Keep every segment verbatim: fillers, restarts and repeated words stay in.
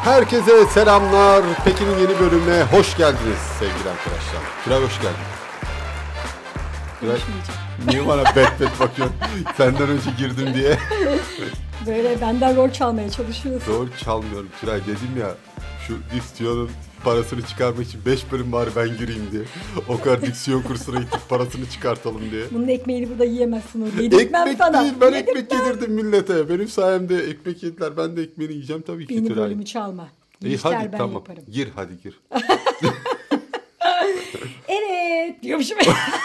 Herkese selamlar. Pekin'in yeni bölümüne hoş geldiniz sevgili arkadaşlar. Tülay hoş geldin. Tülay, niye bana bet bet bakıyorsun? Senden önce girdim diye. Böyle benden rol çalmaya çalışıyorsun. Rol çalmıyorum Tülay, dedim ya şu diksiyonun parasını çıkarmak için beş bölüm bari ben gireyim diye. O kadar diksiyon kursuna gittik, parasını çıkartalım diye. Bunun ekmeğini burada yiyemezsin. O yedirtmem ekmek sana. değil, ben Yedirtmem. ekmek yedirdim millete. Benim sayemde ekmek yediler, ben de ekmeğini yiyeceğim tabii ki. Benim Tülay. rolümü çalma. İyi hadi ben tamam yaparım. Gir hadi gir. Evet diyormuşum.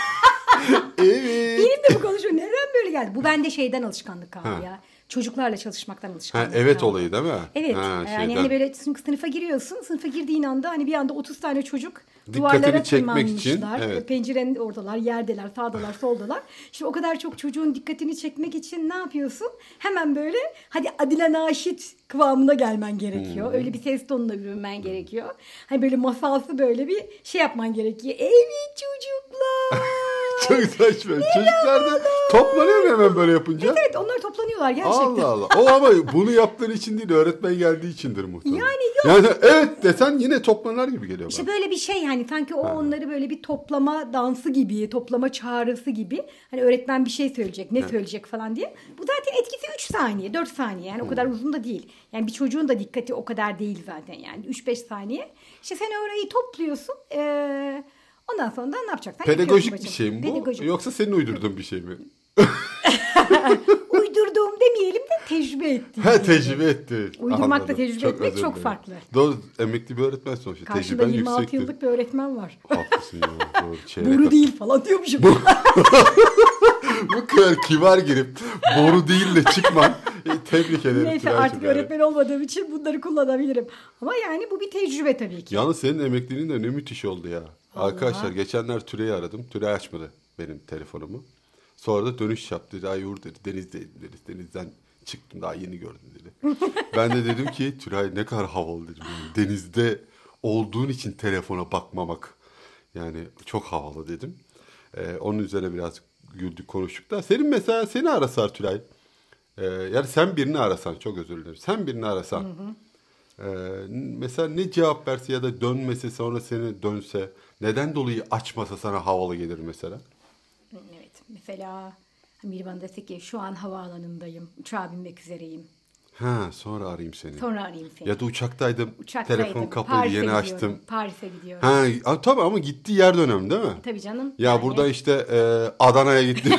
Evet. Benim de bu konuşuyor. Neden böyle geldi? Bu bende şeyden alışkanlık kaldı ha. ya. Çocuklarla çalışmaktan alışkanlık Ha, evet kaldı. olayı değil mi? Evet. Ha, yani şeyden. hani böyle sınıfa giriyorsun. Sınıfa girdiğin anda hani bir anda otuz tane çocuk Dikkatini duvarlara çekmek için, tırmanmışlar. evet. Pencerenin oradalar, yerdeler, sağdalar, soldalar. Şimdi o kadar çok çocuğun dikkatini çekmek için ne yapıyorsun? Hemen böyle hadi Adile Naşit kıvamına gelmen gerekiyor. Hmm. Öyle bir ses tonuna bürünmen hmm. gerekiyor. Hani böyle masalsı böyle bir şey yapman gerekiyor. Evet çocuklar. Çok saçma. Çocuklar da toplanıyor mu hemen böyle yapınca? Evet evet, onlar toplanıyorlar gerçekten. Allah Allah. O ama bunu yaptığın için değil, öğretmen geldiği içindir muhtemelen. Yani yok. Yani evet desen yine toplanır gibi geliyor bana. İşte böyle bir şey, hani sanki o ha. onları böyle bir toplama dansı gibi, toplama çağrısı gibi. Hani öğretmen bir şey söyleyecek, ne evet. söyleyecek falan diye. Bu zaten etkisi üç saniye, dört saniye. Yani hmm. o kadar uzun da değil. Yani bir çocuğun da dikkati o kadar değil zaten yani. üç beş saniye. İşte sen orayı topluyorsun. Eee... Ondan sonra da ne yapacaksan pedagojik bir şey mi bu? Pedagojik. Yoksa senin uydurduğun bir şey mi? Uydurduğum demeyelim de tecrübe ettiğim. Ha, tecrübe etti. Uydurmakla tecrübe çok etmek çok farklı. Doğru, emekli bir öğretmen sonuçta. Karşında yirmi altı yüksektir. Yıllık bir öğretmen var. Haklısın ya. Doğru. Boru değil falan diyormuşum. Bu, bu kadar kibar girip boru değil de çıkman. Tebrik ederim. Neyse artık öğretmen yani. Olmadığım için bunları kullanabilirim. Ama yani bu bir tecrübe tabii ki. Yalnız senin emekliliğin de ne müthiş oldu ya. Allah. Arkadaşlar geçenler Tülay'ı aradım. Tülay açmadı benim telefonumu. Sonra da dönüş yaptı. Dedi, ay Uğur dedi, denizdeydim dedi. Denizden çıktım, daha yeni gördüm dedi. Ben de dedim ki Tülay ne kadar havalı dedim. Yani denizde olduğun için telefona bakmamak. Yani çok havalı dedim. Ee, onun üzerine biraz güldük, konuştuk da. Senin mesela seni arasan Tülay. Ee, yani sen birini arasan, çok özür dilerim. Sen birini arasan. Hı hı. Ee, mesela ne cevap verse ya da dönmese, sonra seni dönse, neden dolayı açmasa sana havalı gelir mesela? Evet, mesela biri bana dese ki şu an havaalanındayım, uçağa binmek üzereyim. Ha, sonra arayayım seni. Sonra arayayım seni. Ya da uçaktaydım, uçaktaydım. telefon kapalıydı, yeni gidiyorum. açtım. Paris'e gidiyorum. Ha, tabii ama gittiği yer dönem değil mi? E, tabii canım. Ya yani. burada işte e, Adana'ya gittim.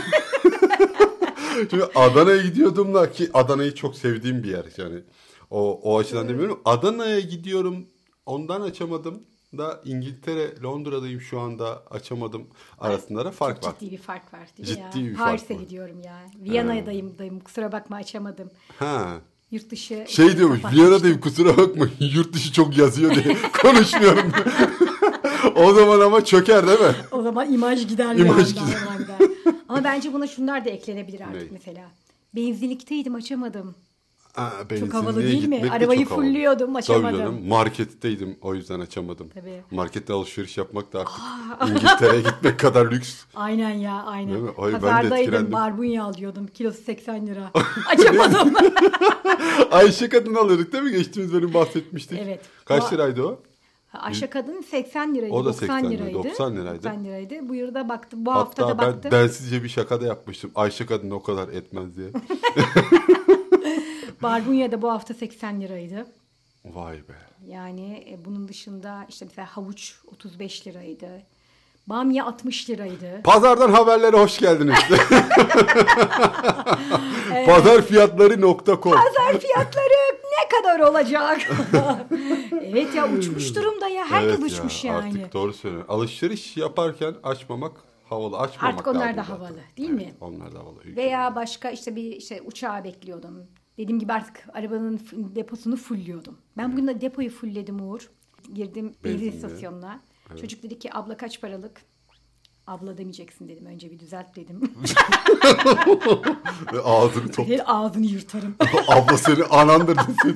Şimdi Adana'ya gidiyordum da, ki Adana'yı çok sevdiğim bir yer yani. O, o açıdan demiyorum. Adana'ya gidiyorum. Ondan açamadım da İngiltere, Londra'dayım şu anda, açamadım. Arasında da fark çok var. Ciddi bir fark var değil ciddi mi ya? Bir fark Paris'e var. gidiyorum ya. Viyana'dayım dayım. Kusura bakma açamadım. Ha. Yurt dışı. Şey diyormuş, Viyana'dayım kusura bakma. Yurt dışı çok yazıyor diye konuşmuyorum. O zaman ama çöker değil mi? O zaman imaj gider. İmaj gider. gider. Ama bence buna şunlar da eklenebilir artık ne? Mesela. Benzinlikteydim, açamadım. Aa, çok havalı değil mi? Arabayı fulluyordum, açamadım. Tabii canım, marketteydim, o yüzden açamadım. Tabii. Markette alışveriş yapmak da artık İngiltere'ye gitmek kadar lüks. Aynen ya, aynen. Ay, pazardaydım, barbunya alıyordum, kilosu seksen lira. Açamadım. Ayşe Kadın alıyorduk değil mi? Geçtiğimiz bölüm bahsetmiştik. Evet. Kaç o... liraydı o? Ayşe Kadın seksen liraydı. O da doksan seksen liraydı. doksan liraydı. doksan liraydı. Bu yılda baktım. Bu hatta hafta da baktım. Hatta ben densizce bir şaka da yapmıştım. Ayşe Kadın o kadar etmez diye. Barbunya da bu hafta seksen liraydı. Vay be. Yani e, bunun dışında işte mesela havuç otuz beş liraydı. Bamya altmış liraydı. Pazardan haberlere hoş geldiniz. Evet. Pazar fiyatları nokta com. Pazar fiyatları ne kadar olacak? Evet ya, uçmuş durumda ya. Herkes evet uçmuş ya, yani. Artık doğru söylüyorsun. Alışveriş yaparken açmamak havalı. Açmamak artık onlar da zaten. havalı değil evet, mi? Onlar da havalı. Veya başka işte bir işte uçağı bekliyordum. Dediğim gibi artık arabanın deposunu fullliyordum. Ben bugün de depoyu fullledim Uğur. Girdim benzin istasyonuna. Evet. Çocuk dedi ki abla kaç paralık? Abla demeyeceksin dedim. Önce bir düzelt dedim. Ve ağzını topla. Ağzını yırtarım. Abla seni anandır desin.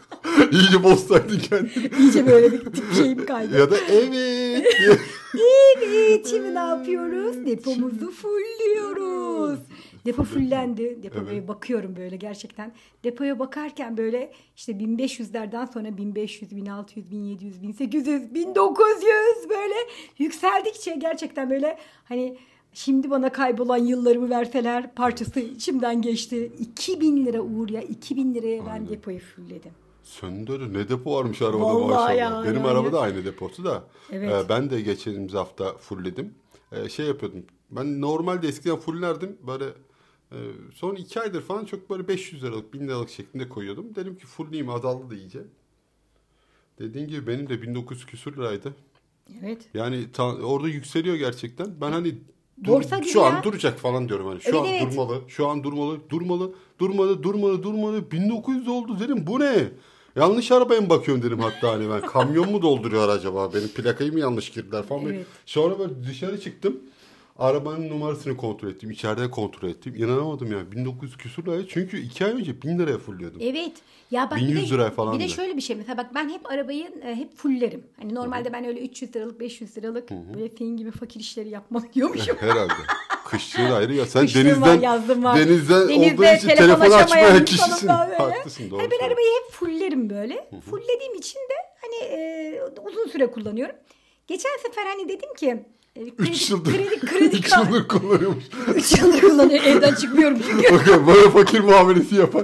İyice bozsaydın kendini. İyice böyle bir tip şeyim kaydı. Ya da evet. İyi Evet, şimdi ne yapıyoruz? Depomuzu fullliyoruz. Depo fullendi. Depo Evet. böyle bakıyorum böyle gerçekten. Depoya bakarken böyle işte bin beş yüzlerden sonra bin beş yüz, bin altı yüz, bin yedi yüz, bin sekiz yüz, bin dokuz yüz böyle yükseldikçe gerçekten böyle hani şimdi bana kaybolan yıllarımı verseler parçası içimden geçti. iki bin lira Uğur ya. iki bin liraya ben Aynen. depoyu fullledim. Söndürü ne depo varmış arabada Vallahi maşallah. ya, Benim yani. arabada aynı deposu da. Evet. Ee, ben de geçtiğimiz hafta fullledim. Ee, şey yapıyordum. Ben normalde eskiden fulllerdim. Böyle e, son iki aydır falan çok böyle beş yüz liralık, bin liralık şeklinde koyuyordum. Dedim ki fullleyeyim, azaldı da iyice. Dediğin gibi benim de bin dokuz yüz küsür liraydı. Evet. Yani ta- orada yükseliyor gerçekten. Ben hani dur- Borsa gibi şu ya. an duracak falan diyorum hani. Şu Evet, an evet. durmalı. Şu an durmalı. Durmalı. Durmadı. Durmadı. Durmadı. bin dokuz yüz oldu dedim. Bu ne? Yanlış arabaya mı bakıyorum dedim hatta hani ben. Kamyon mu dolduruyor acaba? Benim plakayı mı yanlış girdiler falan. Evet. Sonra böyle dışarı çıktım. Arabanın numarasını kontrol ettim. İçeride kontrol ettim. İnanamadım ya. bin dokuz yüz küsur liraya. Çünkü iki ay önce bin liraya fulliyordum. Evet. Ya bak bin yüz bir de, liraya falan bir de da. şöyle bir şey mesela bak ben hep arabayı e, hep fullerim. Hani normalde ben öyle üç yüz liralık beş yüz liralık böyle senin gibi fakir işleri yapmak diyormuşum. Herhalde. Kışlığı ayrı ya. Sen Kışlığım denizden var, yazlığım var. denizden Denizde olduğu için telefon telefonu açamayan açmayan insanım kişisin. ben böyle. Haklısın, doğru. Hani ben söylüyorsun. arabayı hep fullerim böyle. Fullediğim için de hani e, uzun süre kullanıyorum. Geçen sefer hani dedim ki e, kredi, Üç yıldır. kredi, kredi Üç kart. yıldır kullanıyormuş. üç yıldır kullanıyorum. Evden çıkmıyorum çünkü. Bakın bana fakir muamelesi yapar.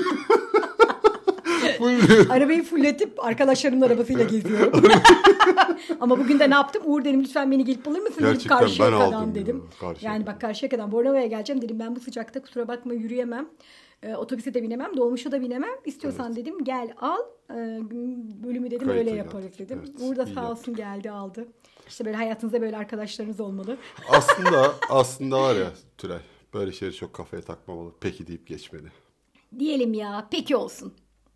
Full- Arabayı fulletip arkadaşlarımın arabasıyla geziyorum. Ama bugün de ne yaptım? Uğur dedim lütfen beni gelip alır mısın? Dedim Gerçekten ben Karşıyaka'dan aldım dedim. ya, Karşıyaka. Yani bak Karşıyaka'dan Bornova'ya geleceğim dedim. Ben bu sıcakta kusura bakma yürüyemem. Ee, otobüse de binemem. Dolmuşa da binemem. İstiyorsan dedim gel al. Ee, bölümü dedim Kayıt öyle oynadı. yaparız dedim. Evet, Uğur da iyi sağ yaptın. olsun geldi aldı. İşte böyle hayatınızda böyle arkadaşlarınız olmalı. aslında aslında var ya Tülay, böyle şeyleri çok kafaya takmamalı. Peki deyip geçmeli. Diyelim ya peki olsun.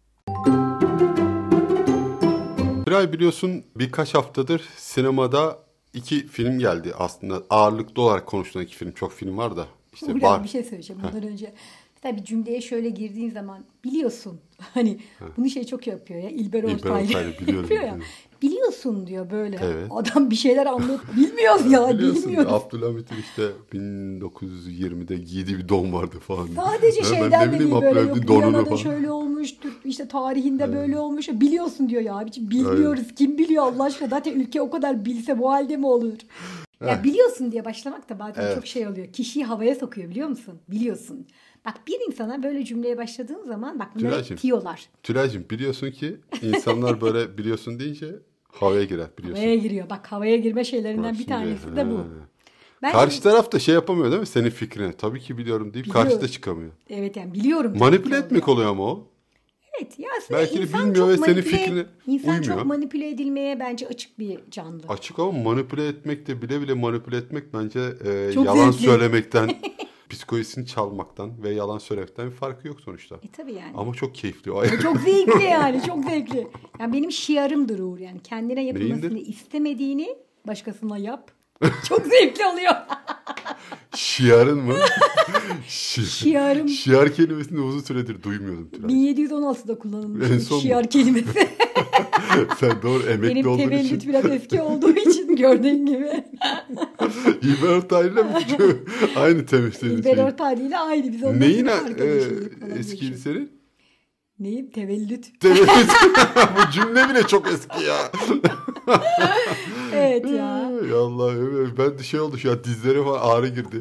Tülay biliyorsun birkaç haftadır sinemada iki film geldi aslında. Ağırlıklı olarak konuşulan iki film. Çok film var da. İşte Uğur var. abi bir şey söyleyeceğim bundan önce. Mesela bir cümleye şöyle girdiğin zaman biliyorsun. Hani bunu şey çok yapıyor ya. İlber İlber Ortaylı. Ortaylı, biliyorum, yapıyor ya. biliyorum. Biliyorsun diyor böyle. Evet. Adam bir şeyler anlat. Bilmiyoruz ya. Biliyorsun Bilmiyoruz. Abdülhamit'in işte bin dokuz yüz yirmide giydiği bir don vardı falan. Sadece Ya ben şeyden ne de bileyim değil böyle Abdülhamit'in yok. donunu Viyana'da falan. şöyle olmuştur. İşte tarihinde böyle olmuş. Biliyorsun diyor ya. Abiciğim bilmiyoruz. Kim biliyor Allah aşkına. Zaten ülke o kadar bilse bu halde mi olur? Ya biliyorsun diye başlamak da bazen Evet. çok şey oluyor. Kişiyi havaya sokuyor biliyor musun? Biliyorsun. Bak bir insana böyle cümleye başladığın zaman bak bunlar hep Tülay'cığım. tiyolar. Tülay'cığım biliyorsun ki insanlar böyle biliyorsun deyince havaya girer biliyorsun. Havaya giriyor. Bak havaya girme şeylerinden Bak bir şimdi, tanesi de bu. ha. Ben Karşı taraf da şey yapamıyor değil mi senin fikrine? Tabii ki biliyorum deyip Biliyor. karşıda çıkamıyor. Evet yani biliyorum. Manipüle tabii ki etmek oluyor ama o. Evet ya aslında Belki de insan bilmiyor çok ve senin manipüle- fikrine İnsan uymuyor. çok manipüle edilmeye bence açık bir canlı. Açık ama manipüle etmek de bile bile manipüle etmek bence e, Çok yalan zevkli. söylemekten, psikolojisini çalmaktan ve yalan söylemekten bir farkı yok sonuçta. E tabii yani. Ama çok keyifli o ayrı. Çok zevkli yani çok zevkli. Yani benim şiarımdır Uğur yani. Kendine yapılmasını Neyindir? istemediğini başkasına yap. Çok zevkli oluyor. Şiarın mı? Şi- Şiarım. Şiar kelimesini uzun süredir duymuyordum. Tülay. bin yedi yüz on altıda kullanılmış En bir son mu? şiar kelimesi. Sen doğru emekli Benim olduğun tevellüt için. biraz eski olduğu için gördüğün gibi. İlber Ortaylı'yla mı çünkü aynı temsilci İlber şey. Ortaylı ile aynı. Biz ondan Neyin sonra e, arkadaşıydık falan eskiydi diye. senin? Neyim? Tevellüt. Evet. Bu cümle bile çok eski ya. Evet ya. Ya Allah evet. Ben de şey oldu şu an dizlere falan ağrı girdi.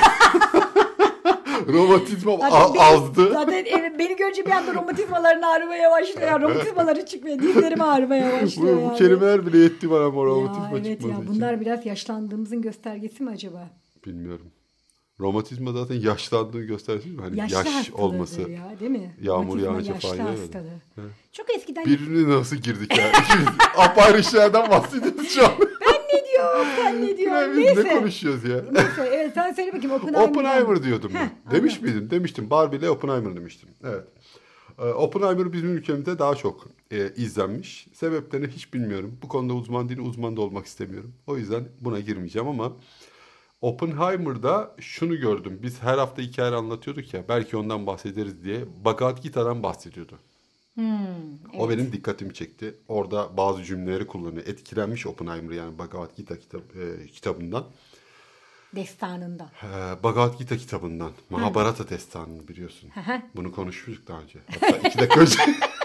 Romatizmam Zaten a- beni- azdı. Zaten evet, beni görünce bir anda romatizmaların ağrımaya başlıyor. Yani romatizmaları çıkmıyor. Dizlerim ağrımaya Bu, başlıyor. bu yani. kelimeler bile yetti bana ama Ya romatizma evet çıkması ya için. bunlar biraz yaşlandığımızın göstergesi mi acaba? Bilmiyorum. Romatizma zaten yaşlandığını göstersin mi? Hani Yaşlı yaş hastalığıdır olması. ya değil mi? Yağmur Romatizma yağınca yaşlı falan yağıyor. hastalığı. He. Çok eskiden Birbirine nasıl girdik ya? İkimiz apayrı şeylerden bahsediyoruz şu an. ne diyor? Sen ne diyorsun? Biz ne Neyse. konuşuyoruz ya? Neyse evet sen söyle bakayım Oppenheimer. Oppenheimer diyordum ben. Heh, Demiş anladım. miydim? Demiştim. Barbie ile Oppenheimer demiştim. Evet. Ee, Oppenheimer bizim ülkemizde daha çok e, izlenmiş. Sebeplerini hiç bilmiyorum. Bu konuda uzman değil, uzman da olmak istemiyorum. O yüzden buna girmeyeceğim ama Oppenheimer'da şunu gördüm. Biz her hafta hikaye anlatıyorduk ya. Belki ondan bahsederiz diye. Bhagavad Gita'dan bahsediyordu. Hmm, O evet. benim dikkatimi çekti. Orada bazı cümleleri kullanıyor. Etkilenmiş Oppenheimer yani Bhagavad Gita kitap, e, kitabından. Destanında. Ee, Bhagavad Gita kitabından. Mahabharata destanını biliyorsun. Hı hı. Bunu konuşmuştuk daha önce. Hatta iki dakika önce.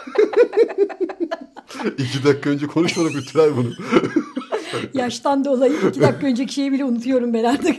iki dakika önce konuşmadık Bütray bunu. Yaştan dolayı iki dakika önceki şeyi bile unutuyorum ben artık.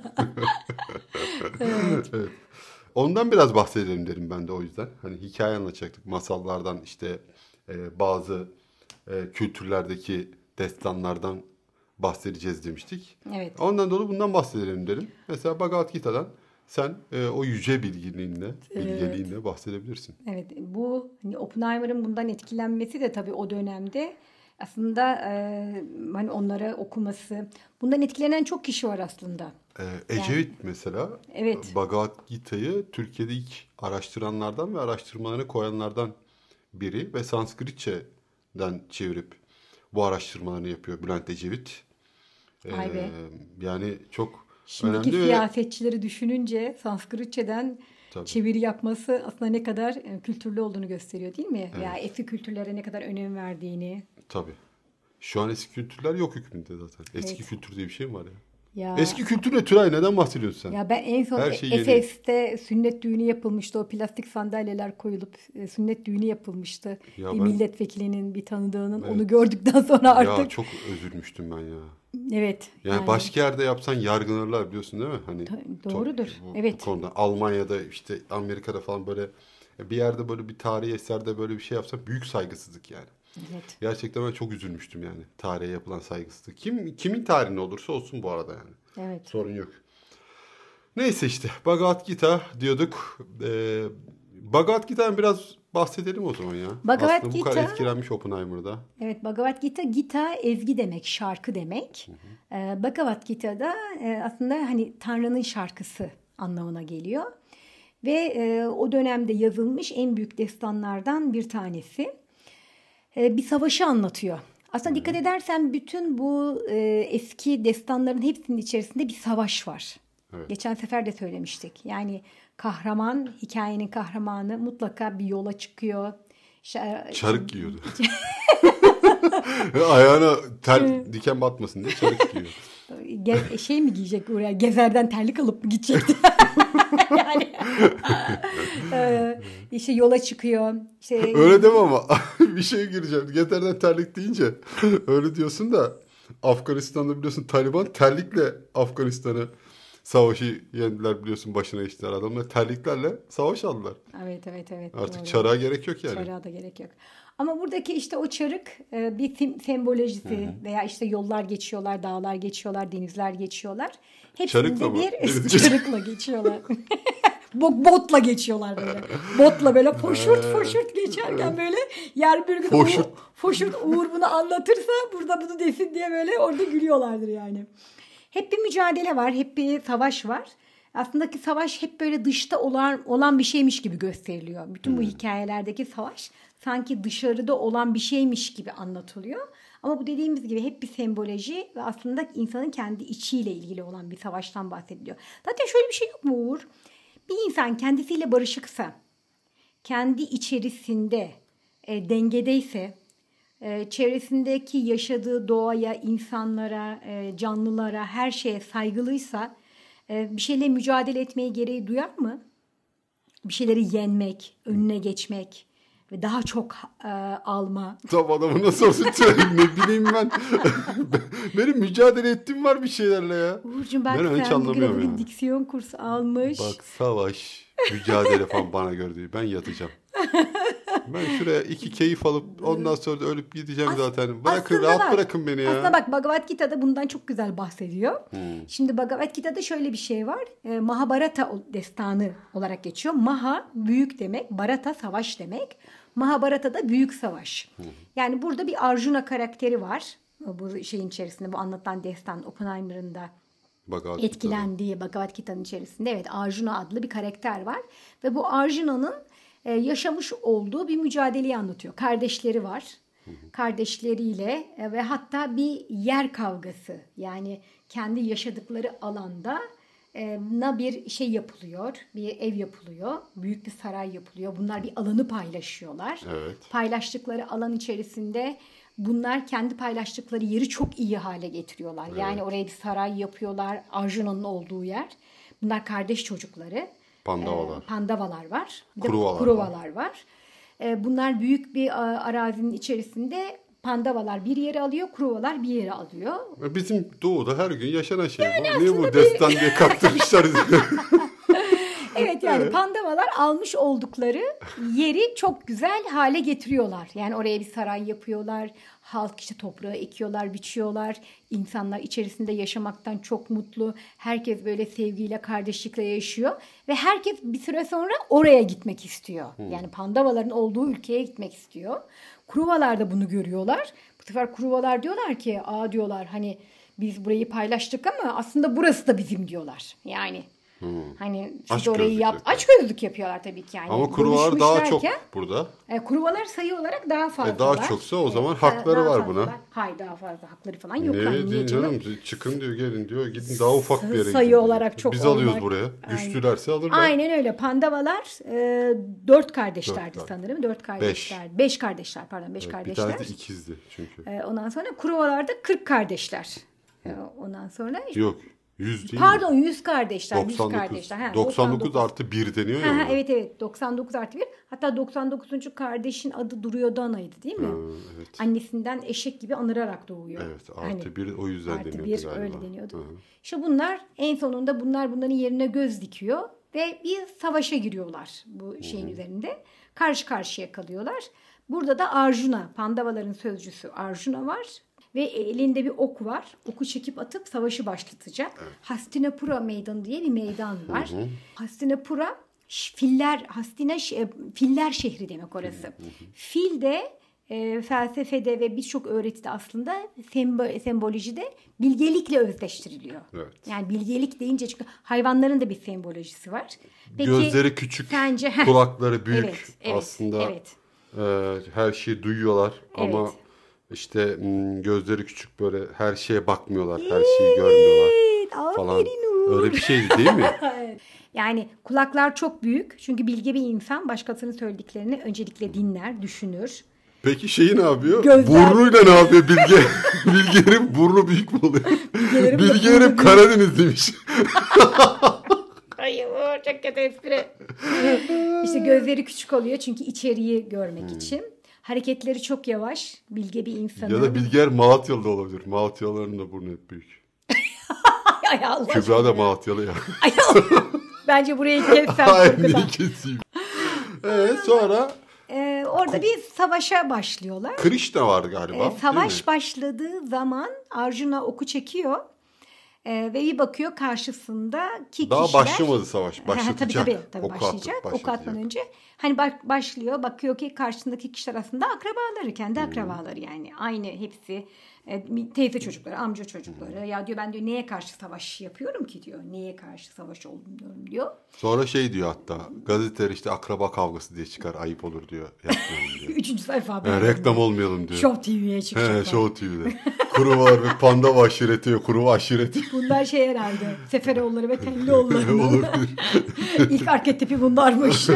Evet. Evet. Ondan biraz bahsedelim derim ben de o yüzden. Hani hikaye anlatacaktık. Masallardan işte e, bazı e, kültürlerdeki destanlardan bahsedeceğiz demiştik. Evet. Ondan dolayı bundan bahsedelim derim. Mesela Bhagavad Gita'dan sen e, o yüce bilgiliğinle, bilgeliğinle bahsedebilirsin. Evet, bu hani Oppenheimer'ın bundan etkilenmesi de tabii o dönemde aslında e, hani onlara okuması. Bundan etkilenen çok kişi var aslında. Ee, Ecevit mesela Evet. Bhagavad Gita'yı Türkiye'de ilk araştıranlardan ve araştırmalarına koyanlardan biri ve Sanskritçe'den çevirip bu araştırmalarını yapıyor Bülent Ecevit. Ee, Vay be. Yani çok Şimdiki önemli ve siyasetçileri düşününce Sanskritçeden tabii, çeviri yapması aslında ne kadar e, kültürlü olduğunu gösteriyor değil mi? Ya eski kültürlere ne kadar önem verdiğini. tabii. Şu an eski kültürler yok hükmünde zaten. Eski Evet. kültür diye bir şey mi var ya? Ya Eski kültür ne Tülay? Neden bahsediyorsun sen? Ya ben en son Her şey yeni. Efes'te sünnet düğünü yapılmıştı. O plastik sandalyeler koyulup e, sünnet düğünü yapılmıştı. Ya bir ben- milletvekilinin, bir tanıdığının Evet. onu gördükten sonra Ya artık çok üzülmüştüm ben ya. evet. Yani, yani başka yerde yapsan yargılanırlar biliyorsun değil mi? Hani Ta- to- doğrudur. bu, Evet. bu konuda Almanya'da işte Amerika'da falan böyle bir yerde böyle bir tarihi eserde böyle bir şey yapsan büyük saygısızlık yani. Evet. Gerçekten ben çok üzülmüştüm yani tarihe yapılan saygısızlık. Kim kimin tarihine olursa olsun bu arada yani. Evet. Sorun yok. Neyse işte Bhagavad Gita diyorduk. Ee, Bhagavad Gita'dan biraz bahsedelim o zaman ya. Bhagavad Aslında bu kadar Gita- etkilenmiş Oppenheimer'da. Evet, Bhagavad Gita, Gita ezgi demek, şarkı demek. Ee, Bhagavad Gita'da e, aslında hani Tanrı'nın şarkısı anlamına geliyor. Ve e, o dönemde yazılmış en büyük destanlardan bir tanesi. E, bir savaşı anlatıyor. Aslında dikkat edersen bütün bu e, eski destanların hepsinin içerisinde bir savaş var. Evet. Geçen sefer de söylemiştik. Yani kahraman, hikayenin kahramanı mutlaka bir yola çıkıyor. İşte, Çarık giyiyordu. Ayağına tel diken batmasın diye çarık giyiyor. Ge- şey mi giyecek oraya? Gezerden terlik alıp mı gidecekti? Yani e, işte yola çıkıyor. İşte Öyle deme ama bir şey gireceğim. Yeterden terlik deyince öyle diyorsun da Afganistan'da biliyorsun Taliban terlikle Afganistan'ı savaşı yendiler biliyorsun başına içtiler. Adamlar terliklerle savaş aldılar. evet evet evet. Artık doğru. çarağa gerek yok yani. Çarığa da gerek yok. Ama buradaki işte o çarık e, bir sim- sembolojisi veya işte yollar geçiyorlar, dağlar geçiyorlar, denizler geçiyorlar. Çarıkla Hepsinde mı? bir Deniz- çarıkla geçiyorlar. Bo- Botla geçiyorlar böyle. Botla böyle foşurt foşurt geçerken böyle yer bir gün Foşurt. Uğur, foşurt Uğur bunu anlatırsa burada bunu desin diye böyle orada gülüyorlardır yani. Hep bir mücadele var, hep bir savaş var. Aslında ki savaş hep böyle dışta olan olan bir şeymiş gibi gösteriliyor. Bütün bu hikayelerdeki savaş sanki dışarıda olan bir şeymiş gibi anlatılıyor. Ama bu dediğimiz gibi hep bir semboloji ve aslında insanın kendi içiyle ilgili olan bir savaştan bahsediliyor. Zaten şöyle bir şey yok mu Uğur? Bir insan kendisiyle barışıksa, kendi içerisinde e, dengedeyse, e, çevresindeki yaşadığı doğaya, insanlara, e, canlılara, her şeye saygılıysa e, bir şeyle mücadele etmeye gereği duyar mı? Bir şeyleri yenmek, önüne geçmek ve daha çok e, alma. Tam adamı nasıl olsun ne bileyim ben. Benim mücadele ettiğim var bir şeylerle ya. Uğurcuğum bak Ben hiç sen bugüne anlamıyorum bugün ya. diksiyon kursu almış. Bak savaş, mücadele falan bana göre değil. Ben yatacağım. Ben şuraya iki keyif alıp ondan sonra da ölüp gideceğim As- zaten. Bırakın aslında rahat bak, bırakın beni ya. Aslında bak Bhagavad Gita'da bundan çok güzel bahsediyor. Şimdi Bhagavad Gita'da şöyle bir şey var. E, Mahabharata destanı olarak geçiyor. Maha büyük demek, Bharata savaş demek. Mahabharata da büyük savaş. Yani burada bir Arjuna karakteri var. Bu şeyin içerisinde bu anlatılan destan Oppenheimer'ın da Bhagavad Gita'da. etkilendiği Bhagavad Gita'nın içerisinde evet Arjuna adlı bir karakter var. Ve bu Arjuna'nın e, yaşamış olduğu bir mücadeleyi anlatıyor. Kardeşleri var. Kardeşleriyle e, ve hatta bir yer kavgası. Yani kendi yaşadıkları alanda na bir şey yapılıyor. Bir ev yapılıyor. Büyük bir saray yapılıyor. Bunlar bir alanı paylaşıyorlar. Evet. Paylaştıkları alan içerisinde bunlar kendi paylaştıkları yeri çok iyi hale getiriyorlar. Evet. Yani oraya bir saray yapıyorlar. Arjuna'nın olduğu yer. Bunlar kardeş çocukları. Pandavalar. E, pandavalar var. Bir de Kuruvalar, Kuruvalar var. var. E, bunlar büyük bir arazinin içerisinde Pandavalar bir yere alıyor, Kuruvalar bir yere alıyor. Bizim doğuda her gün yaşanan şey yani bu. Niye bu bir... destan diye kaptırmışlar? Evet yani Pandavalar almış oldukları yeri çok güzel hale getiriyorlar. Yani oraya bir saray yapıyorlar. Halk işte toprağı ekiyorlar, biçiyorlar. İnsanlar içerisinde yaşamaktan çok mutlu. Herkes böyle sevgiyle, kardeşlikle yaşıyor. Ve herkes bir süre sonra oraya gitmek istiyor. Hmm. Yani Pandavaların olduğu ülkeye gitmek istiyor. Kuruvalar da bunu görüyorlar. Bu sefer Kuruvalar diyorlar ki, aa diyorlar hani biz burayı paylaştık ama aslında burası da bizim diyorlar. Yani Hmm. hani siz orayı yap aç gözlük yapıyorlar tabii ki yani. Ama Kuruvalar daha çok burada. E, Kuruvalar sayı olarak daha fazla. E, daha çoksa o zaman e, hakları var fazla. Buna. Hayır daha fazla hakları falan yok. Ne yani, diyeyim canım çıkın diyor gelin diyor gidin daha ufak bir yere gidin. Sayı olarak çok biz olmak. alıyoruz buraya. Güçlülerse alırlar. Aynen öyle. Pandavalar e, dört kardeşlerdi dört sanırım. Dört kardeşler. Beş, beş kardeşler pardon beş evet, kardeşler. Bir tanesi ikizdi çünkü. E, ondan sonra Kuruvalar da kırk kardeşler. E, ondan sonra. Yok. yüz değil Pardon mi? yüz kardeşler. doksan dokuz. yüz kardeşler. Ha, doksan dokuz artı bir deniyor ya. Ha, ha, evet evet doksan dokuz artı bir. Hatta doksan dokuzuncu kardeşin adı Duryodhana'ydı değil mi? Ha, evet. Annesinden eşek gibi anırarak doğuyor. Evet artı hani, bir o yüzden artı deniyordu bir, galiba. Öyle deniyordu. Ha. İşte bunlar en sonunda bunlar bunların yerine göz dikiyor. Ve bir savaşa giriyorlar bu şeyin Hı-hı. üzerinde. Karşı karşıya kalıyorlar. Burada da Arjuna, Pandavaların sözcüsü Arjuna var. Ve elinde bir ok var. Oku çekip atıp savaşı başlatacak. Evet. Hastinapura Meydanı diye bir meydan var. Hı hı. Hastinapura filler, Hastina filler şehri demek orası. Hı hı. Fil de e, felsefede ve birçok öğretide aslında sembo, sembolojide bilgelikle özdeştiriliyor. Evet. Yani bilgelik deyince çünkü hayvanların da bir sembolojisi var. Peki, gözleri küçük, sence, kulakları büyük evet, evet, aslında evet. E, her şeyi duyuyorlar evet. ama İşte gözleri küçük böyle her şeye bakmıyorlar, her şeyi görmüyorlar falan. Öyle bir şeydi değil mi? Yani kulaklar çok büyük çünkü bilge bir insan başkasının söylediklerini öncelikle dinler, düşünür. Peki şeyi ne yapıyor? Gözler... Burnuyla ne yapıyor Bilge? Bilge'nin burnu büyük mü oluyor? Bilge hep Karadeniz demiş. Hayır çok kötü espri. İşte gözleri küçük oluyor çünkü içeriği görmek hmm. için. Hareketleri çok yavaş, bilge bir insanın. Ya da Bilger Malatyalı da olabilir. Malatyalıların da burnu hep büyük. Ay Allah Kübra da Malatyalı ya. Ay Allah. Bence burayı kessen Hayır niye keseyim? Evet sonra... Ee, orada bir savaşa başlıyorlar. Krishna vardı galiba. Ee, savaş başladığı zaman Arjuna oku çekiyor. Ee, ve bir bakıyor karşısındaki daha kişiler. Daha başlamadı savaş. Başlatacak. tabii tabii, tabii başlayacak. Ok atmadan önce. Hani başlıyor bakıyor ki karşısındaki kişiler aslında akrabaları. Kendi hmm. akrabaları yani. Aynı hepsi. Teyze çocukları, amca çocukları. Hmm. Ya diyor ben diyor neye karşı savaş yapıyorum ki diyor. Neye karşı savaş oldum diyorum diyor. Sonra şey diyor hatta. Gazeteler işte akraba kavgası diye çıkar. Ayıp olur diyor. Yapmayalım diyor. Üçüncü sayfa. Yani reklam olmayalım diyor. Show T V'ye çıkacaklar. He, Show T V'de. Kuruvalar ve Pandava aşireti. Kuruva aşireti. Bunlar şey herhalde. Seferoğulları ve Tellioğulları. Olabilir. İlk arketipi bunlarmış.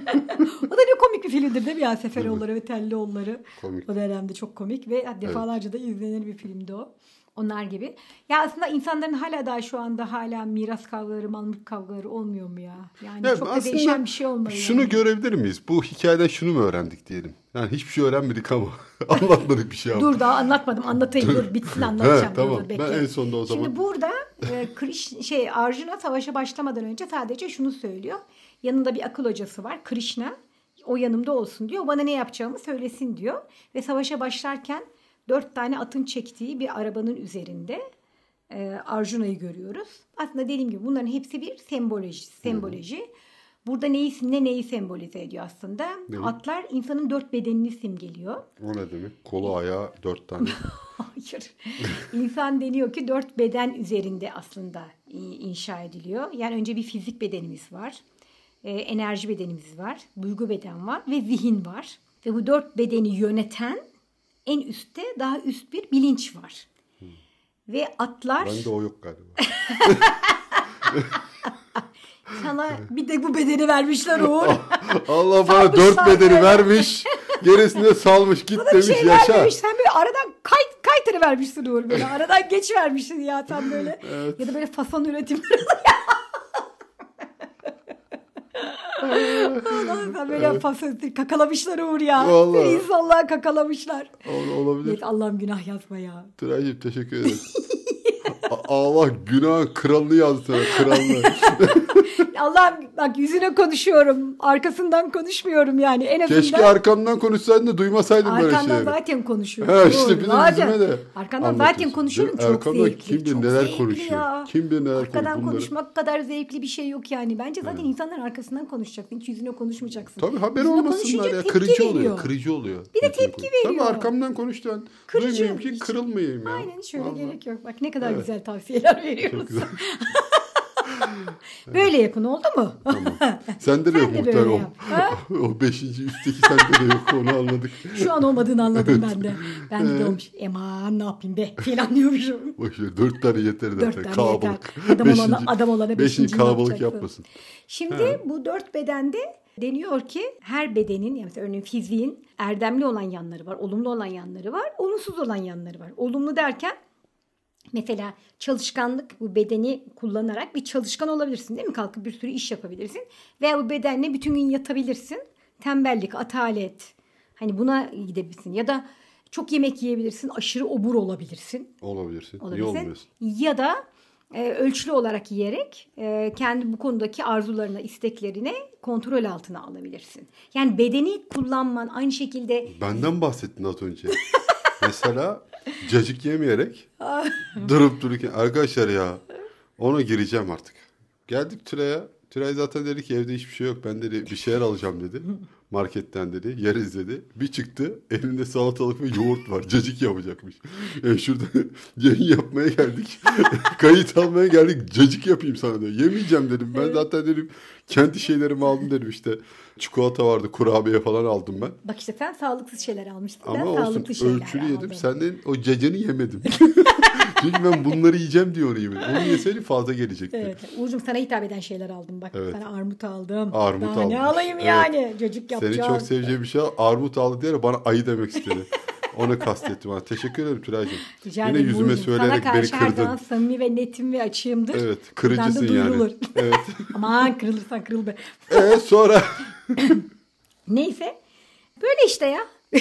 O da ne komik bir filmdir değil mi ya? Seferoğulları ve Tellioğulları. Komik. O dönemde çok komik ve defalarca evet. da izlenir bir filmdi o. Onlar gibi. Ya aslında insanların hala daha şu anda hala miras kavgaları, mal mülk kavgaları olmuyor mu ya? Yani ya çok da değişen bir şey olmuyor. Şunu yani. görebilir miyiz? Bu hikayeden şunu mu öğrendik diyelim? Yani hiçbir şey öğrenmedik ama anlatmadık bir şey ama. Dur daha anlatmadım. Anlatayım. Dur bitsin anlatacağım. He, tamam. Dur, ben en sonunda o zaman. Şimdi burada e, Krish, şey Arjuna savaşa başlamadan önce sadece şunu söylüyor. Yanında bir akıl hocası var. Krishna. O yanımda olsun diyor. Bana ne yapacağımı söylesin diyor. Ve savaşa başlarken dört tane atın çektiği bir arabanın üzerinde e, Arjuna'yı görüyoruz. Aslında dediğim gibi bunların hepsi bir semboloji. semboloji. Hmm. Burada neyi, ne neyi sembolize ediyor aslında? Ne? Atlar insanın dört bedenini simgeliyor. O ne demek? Kolu ayağı dört tane. Hayır. İnsan deniyor ki dört beden üzerinde aslında inşa ediliyor. Yani önce bir fizik bedenimiz var. E, enerji bedenimiz var. Duygu beden var ve zihin var. Ve bu dört bedeni yöneten en üstte daha üst bir bilinç var. Hmm. Ve atlar... Bende o yok galiba. Sana bir de bu bedeni vermişler Uğur. Allah bana Salmış dört sana bedeni böyle. vermiş. Gerisini de salmış. Git Sana bir demiş şey yaşa. vermemiş. Sen böyle aradan kay, kaytırı vermişsin Uğur böyle. Aradan geç vermişsin ya sen böyle. Evet. Ya da böyle fason üretimleri. Allah'ım sen böyle Evet. fason kakalamışlar Uğur ya. Vallahi. Seni insanlığa kakalamışlar. Ol- Olabilir. Evet, Allah'ım günah yazma ya. Tülay'cığım teşekkür ederim. A- Allah günah kralını yazdı sana. Kralını. Allah'ım bak yüzüne konuşuyorum. Arkasından konuşmuyorum yani. En azından Keşke arkamdan konuşsaydın da duymasaydın böyle arkandan şeyleri. zaten konuşuyorum. Ha işte Doğru, bir de zaten. yüzüme de Arkandan zaten anlatıyorsun. konuşuyorum. Değil mi? Çok Arkamdan zevkli. kim bilir çok neler zevkli konuşuyor. ya. Kim bilir neler Arkadan konuşuyor. Bunları- konuşmak kadar zevkli bir şey yok yani. Bence zaten insanlar arkasından konuşacaksın. Hiç yüzüne konuşmayacaksın. Tabii haber Yüzüne olmasınlar konuşunca ya. tepki Kırıcı oluyor. veriyor. Kırıcı oluyor. Bir de Yüzüne tepki konuş- veriyor. Tabii arkamdan konuştuğun. Kırıcı Duymayayım ki hiç- kırılmayayım ya. Aynen şöyle Vallahi. gerek yok. Bak ne kadar Evet. güzel tavsiyeler veriyoruz. Çok güzel. Böyle yapın oldu mu? Tamam. Sende de yok Sen de muhtemelen böyle o. yap, ha? O beşinci üstteki sende de yok onu anladık. Şu an olmadığını anladım ben de. Ben de olmuş. Eman ne yapayım be falan diyormuşum. Boşver dört tane yeter zaten. Dört tane Kalabalık. yeter. Adam olana, Beşinci- adam olana beşinci beşinci kalabalık yapacaksın. yapmasın. Şimdi He. bu dört bedende deniyor ki her bedenin yani mesela örneğin fiziğin erdemli olan yanları var, olumlu olan yanları var, olumsuz olan yanları var. Olumlu derken mesela çalışkanlık bu bedeni kullanarak bir çalışkan olabilirsin değil mi? Kalkıp bir sürü iş yapabilirsin. Veya bu bedenle bütün gün yatabilirsin. Tembellik, atalet hani buna gidebilirsin. Ya da çok yemek yiyebilirsin, aşırı obur olabilirsin. Olabilirsin. Niye olabilirsin. olmuyorsun? Ya da e, ölçülü olarak yiyerek e, kendi bu konudaki arzularına, isteklerine kontrol altına alabilirsin. Yani bedeni kullanman aynı şekilde Benden bahsettin az önce. Mesela cacık yemeyerek durup dururken arkadaşlar ya ona gireceğim artık. Geldik Tülay'a. Tülay zaten dedi ki evde hiçbir şey yok. Ben dedi bir şeyler alacağım dedi. Marketten dedi. Yeriz dedi. Bir çıktı. Elinde salatalık ve yoğurt var. Cacık yapacakmış. E şurada yayın yapmaya geldik. Kayıt almaya geldik. Cacık yapayım sana diyor. Yemeyeceğim dedim. Ben zaten dedim kendi şeylerimi aldım dedim işte. Çikolata vardı. Kurabiye falan aldım ben. bak işte sen sağlıksız şeyler almıştın. Ama ben olsun sağlıklı şeyler ölçülü yedim. aldım. Senden o cacını yemedim. Çünkü ben bunları yiyeceğim diye onu yemedim. Onu yeseydim fazla gelecekti. Evet. Uğur'cum sana hitap eden şeyler aldım bak. Evet. Sana armut aldım. Armut Daha aldım. ne alayım Evet. yani? Cacık yapacağım. Senin çok seveceğin bir şey al. Armut aldı diye bana ayı demek istedi. Onu kastettim. Ha. Teşekkür ederim Tülay'cığım. Rica Yine ederim yüzüme Uğur'cum. söyleyerek sana beni karşı her kırdın. zaman samimi ve netim ve açığımdır. Evet. Buradan da Kırıcısın duyurulur. yani. Evet. Aman kırılırsan kırıl be. Ee, sonra Neyse. Böyle işte ya.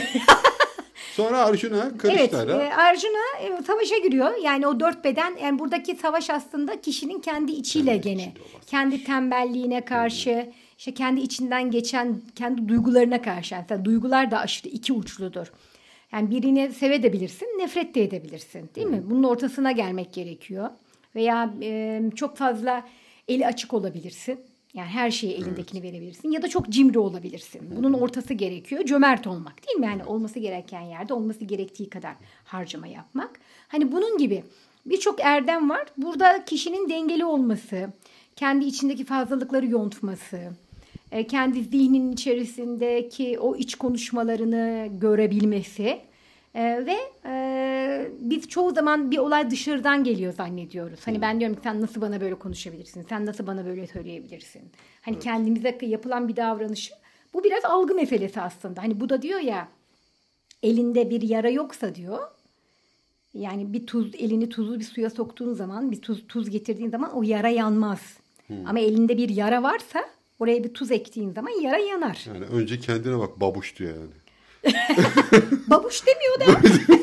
sonra Arjuna Evet, Krishna e, Arjuna e, savaşa giriyor. Yani o dört beden, yani buradaki savaş aslında kişinin kendi içiyle Kendi gene. içinde olan Kendi tembelliğine karşı, işte kendi içinden geçen kendi duygularına karşı. Yani duygular da aşırı iki uçludur. Yani birini sevebilirsin, nefret de edebilirsin, değil mi? Bunun ortasına gelmek gerekiyor. Veya e, çok fazla eli açık olabilirsin. Yani her şeyi elindekini evet. verebilirsin. Ya da çok cimri olabilirsin. Bunun ortası gerekiyor. Cömert olmak değil mi? Yani olması gereken yerde olması gerektiği kadar harcama yapmak. Hani bunun gibi birçok erdem var. Burada kişinin dengeli olması, kendi içindeki fazlalıkları yontması, kendi zihninin içerisindeki o iç konuşmalarını görebilmesi ve biz çoğu zaman bir olay dışarıdan geliyor zannediyoruz. Hani ben diyorum ki sen nasıl bana böyle konuşabilirsin? Sen nasıl bana böyle söyleyebilirsin? Hani evet. kendimize yapılan bir davranışı. Bu biraz algı meselesi aslında. Hani bu da diyor ya elinde bir yara yoksa diyor. Yani bir tuz elini tuzlu bir suya soktuğun zaman bir tuz tuz getirdiğin zaman o yara yanmaz. Hmm. Ama elinde bir yara varsa oraya bir tuz ektiğin zaman yara yanar. Yani önce kendine bak babuş diyor yani. Babuş demiyor da.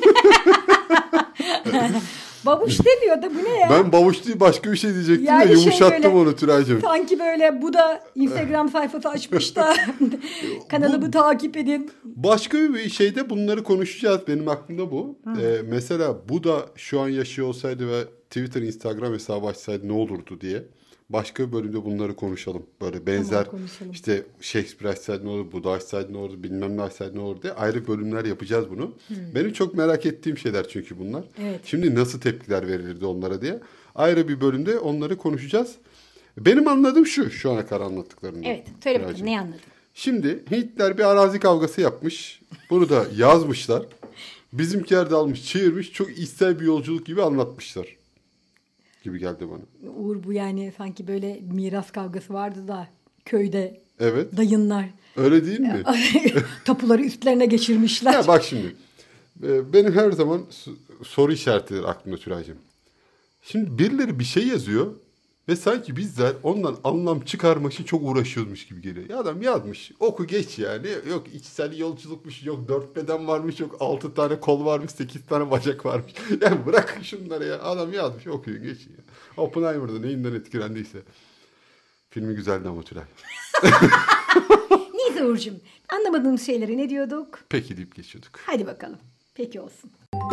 Babuş demiyor da bu ne ya? Ben babuş değil başka bir şey diyecektim yani ya yumuşattım şey böyle, onu Tülay'cığım. Sanki böyle bu da Instagram sayfası açmış da kanalımı bu, takip edin. Başka bir şeyde bunları konuşacağız. Benim aklımda bu. Ee, mesela bu da şu an yaşıyor olsaydı ve Twitter, Instagram hesabı açsaydı ne olurdu diye. Başka bir bölümde bunları konuşalım. Böyle benzer tamam, işte Shakespeare açsaydı ne olur, Buda açsaydı ne olur, bilmem ne açsaydı ne olur diye ayrı bölümler yapacağız bunu. Hmm. Benim çok merak ettiğim şeyler çünkü bunlar. Evet. Şimdi nasıl tepkiler verilirdi onlara diye. Ayrı bir bölümde onları konuşacağız. Benim anladığım şu, şu ana kadar anlattıklarımdan. Evet, söyle bakalım ne anladın? Şimdi Hintler bir arazi kavgası yapmış. Bunu da yazmışlar. Bizimkiler de almış, çevirmiş. Çok içsel bir yolculuk gibi anlatmışlar. gibi geldi bana. Uğur, bu yani sanki böyle miras kavgası vardı da köyde Evet. dayınlar. Öyle değil mi? Tapuları üstlerine geçirmişler. Ya bak şimdi. Benim her zaman soru işaretidir aklımda Tülay'cığım. Şimdi birileri bir şey yazıyor ve sanki bizler ondan anlam çıkarmak için çok uğraşıyormuş gibi geliyor. Ya adam yazmış, oku geç yani. Yok içsel yolculukmuş, yok dört beden varmış, yok altı tane kol varmış, sekiz tane bacak varmış. Yani bırakın şunları ya. Adam yazmış, okuyun geçin ya. Oppenheimer'da neyinden etkilendiyse. Filmi güzeldi ama Tülay. Neyse Uğur'cum, anlamadığımız şeyleri ne diyorduk? Peki deyip geçiyorduk. Hadi bakalım. Peki olsun.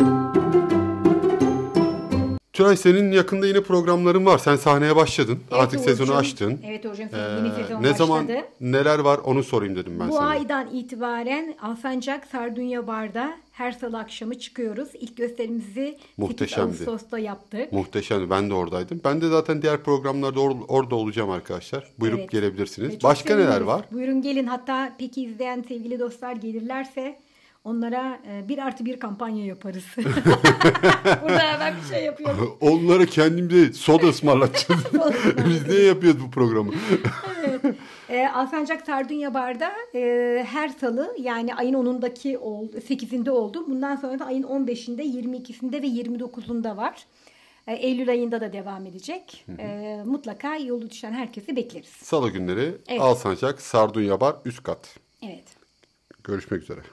Tülay, senin yakında yine programların var. Sen sahneye başladın. Evet, Artık Uğur'cum. sezonu açtın. Evet Uğur'cum, Ee, yeni sezon ne başladı. zaman neler var onu sorayım dedim ben Bu sana. aydan itibaren Alsancak Sardunya Bar'da her salı akşamı çıkıyoruz. İlk gösterimizi Muhteşemdi. sekiz Ağustos'ta yaptık. Muhteşemdi. Ben de oradaydım. Ben de zaten diğer programlarda or- orada olacağım arkadaşlar. Buyurup Evet. gelebilirsiniz. Ve çok Başka neler seviniriz. var? Buyurun gelin. Hatta peki izleyen sevgili dostlar gelirlerse onlara e, bir artı bir kampanya yaparız. Burada hemen bir şey yapıyorum. Onlara kendimize soda ısmarlatacağız. Biz niye yapıyoruz bu programı? Evet. E, Alsancak Sardunya Bar'da e, her salı, yani ayın onundaki oldu, sekizinde oldu. Bundan sonra da ayın on beşinde, yirmi ikisinde ve yirmi dokuzunda var. E, Eylül ayında da devam edecek. E, mutlaka yolu düşen herkesi bekleriz. Salı günleri Evet. Alsancak Sardunya Bar üst kat. Evet. Görüşmek üzere.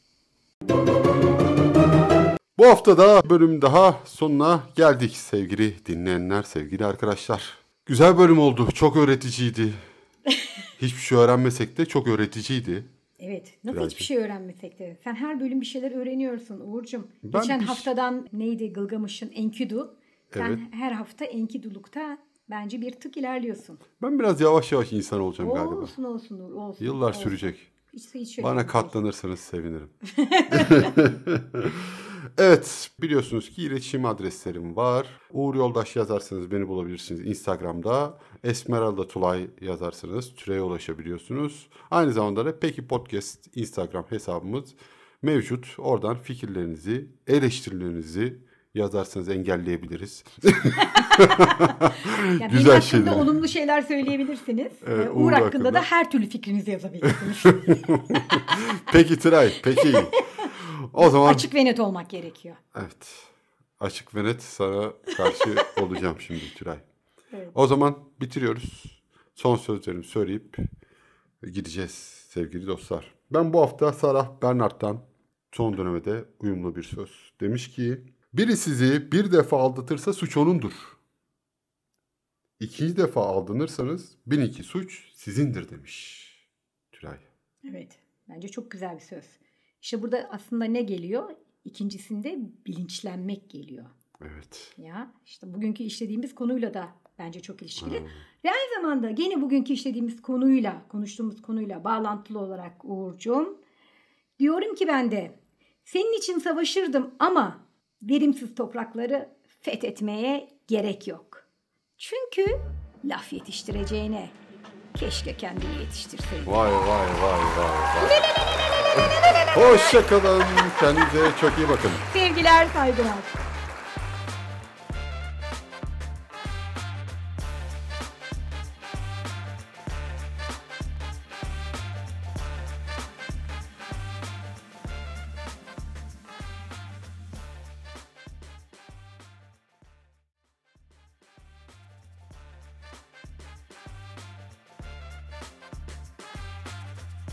Bu hafta da bölüm daha sonuna geldik sevgili dinleyenler, sevgili arkadaşlar. Güzel bölüm oldu. Çok öğreticiydi. Hiçbir şey öğrenmesek de çok öğreticiydi. Evet. Nasıl Birazcık. hiçbir şey öğrenmesek de. Sen her bölüm bir şeyler öğreniyorsun Uğur'cum. Ben Geçen bir- haftadan neydi Gılgamış'ın Enkidu. Sen Evet. her hafta Enkidulukta bence bir tık ilerliyorsun. Ben biraz yavaş yavaş insan olacağım galiba. Olsun olsun Uğur, olsun. Yıllar olsun. sürecek. Hiç, hiç öyle Bana değil. katlanırsanız sevinirim. Evet, biliyorsunuz ki iletişim adreslerim var. Uğur Yoldaş yazarsanız beni bulabilirsiniz Instagram'da. Esmeralda Tulay yazarsanız Türe'ye ulaşabiliyorsunuz. Aynı zamanda da Peki Podcast Instagram hesabımız mevcut. Oradan fikirlerinizi, eleştirilerinizi yazarsanız engelleyebiliriz. Yani Güzel benim hakkında şeyler. olumlu şeyler söyleyebilirsiniz. Evet, Ee, Uğur Uğur hakkında, hakkında. da her türlü fikrinizi yazabilirsiniz. Peki Tülay, peki. O zaman Açık ve net olmak gerekiyor. evet. Açık ve net sana karşı olacağım şimdi Tülay. Evet. O zaman bitiriyoruz. Son sözlerimi söyleyip gideceğiz sevgili dostlar. Ben bu hafta Sarah Bernhardt'tan son dönemde uyumlu bir söz. Demiş ki, biri sizi bir defa aldatırsa suç onundur. İkinci defa aldanırsanız bin iki suç sizindir demiş Tülay. Evet. Bence çok güzel bir söz. İşte burada aslında ne geliyor? İkincisinde bilinçlenmek geliyor. Evet. Ya işte bugünkü işlediğimiz konuyla da bence çok ilişkili. Ve aynı zamanda gene bugünkü işlediğimiz konuyla, konuştuğumuz konuyla bağlantılı olarak Uğurcuğum, diyorum ki ben de senin için savaşırdım ama verimsiz toprakları fethetmeye gerek yok. Çünkü laf yetiştireceğine keşke kendini yetiştirseydin. Vay vay vay vay vay. Hoşça kalın. Kendinize çok iyi bakın. Sevgiler, saygılar.